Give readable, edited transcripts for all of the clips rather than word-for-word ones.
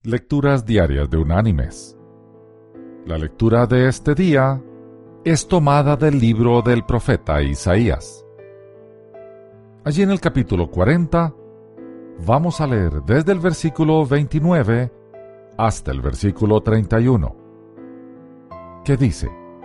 Lecturas diarias de Unánimes. La lectura de este día es tomada del libro del profeta Isaías. Allí en el capítulo 40 vamos a leer desde el versículo 29 hasta el versículo 31, que dice: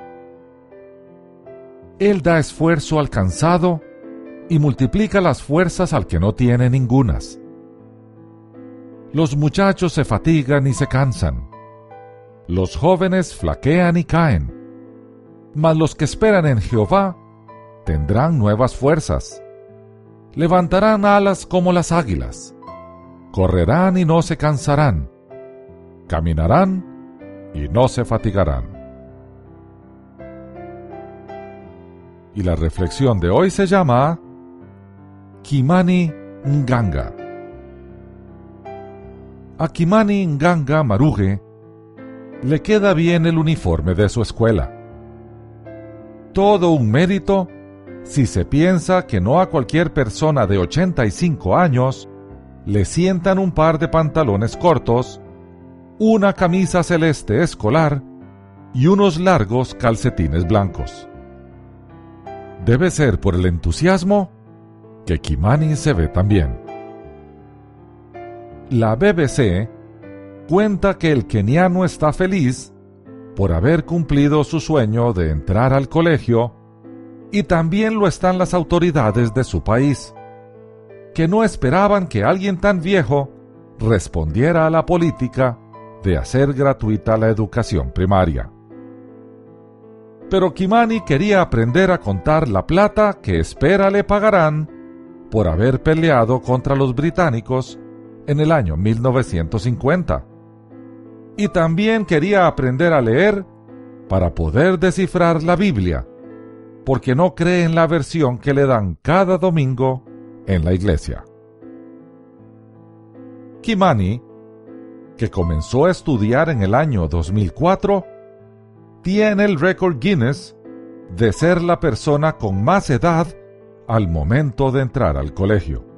Él da esfuerzo al cansado y multiplica las fuerzas al que no tiene ningunas. Los muchachos se fatigan y se cansan. Los jóvenes flaquean y caen. Mas los que esperan en Jehová tendrán nuevas fuerzas. Levantarán alas como las águilas. Correrán y no se cansarán. Caminarán y no se fatigarán. Y la reflexión de hoy se llama Kimani Nganga. A Kimani Nganga Maruge le queda bien el uniforme de su escuela. Todo un mérito si se piensa que no a cualquier persona de 85 años le sientan un par de pantalones cortos, una camisa celeste escolar y unos largos calcetines blancos. Debe ser por el entusiasmo que Kimani se ve tan bien. La BBC cuenta que el keniano está feliz por haber cumplido su sueño de entrar al colegio, y también lo están las autoridades de su país, que no esperaban que alguien tan viejo respondiera a la política de hacer gratuita la educación primaria. Pero Kimani quería aprender a contar la plata que espera le pagarán por haber peleado contra los británicos en el año 1950. Y también quería aprender a leer para poder descifrar la Biblia, porque no cree en la versión que le dan cada domingo en la iglesia. Kimani, que comenzó a estudiar en el año 2004, tiene el récord Guinness de ser la persona con más edad al momento de entrar al colegio.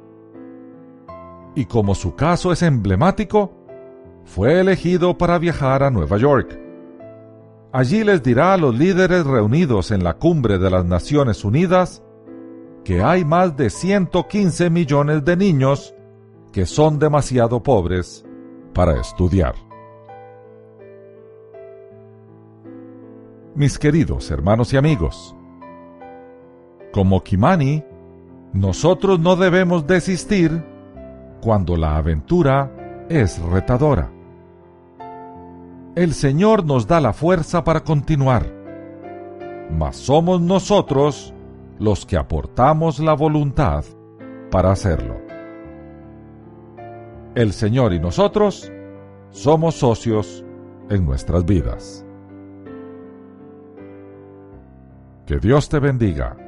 Y como su caso es emblemático, fue elegido para viajar a Nueva York. Allí les dirá a los líderes reunidos en la cumbre de las Naciones Unidas que hay más de 115 millones de niños que son demasiado pobres para estudiar. Mis queridos hermanos y amigos, como Kimani, nosotros no debemos desistir cuando la aventura es retadora. El Señor nos da la fuerza para continuar, mas somos nosotros los que aportamos la voluntad para hacerlo. El Señor y nosotros somos socios en nuestras vidas. Que Dios te bendiga.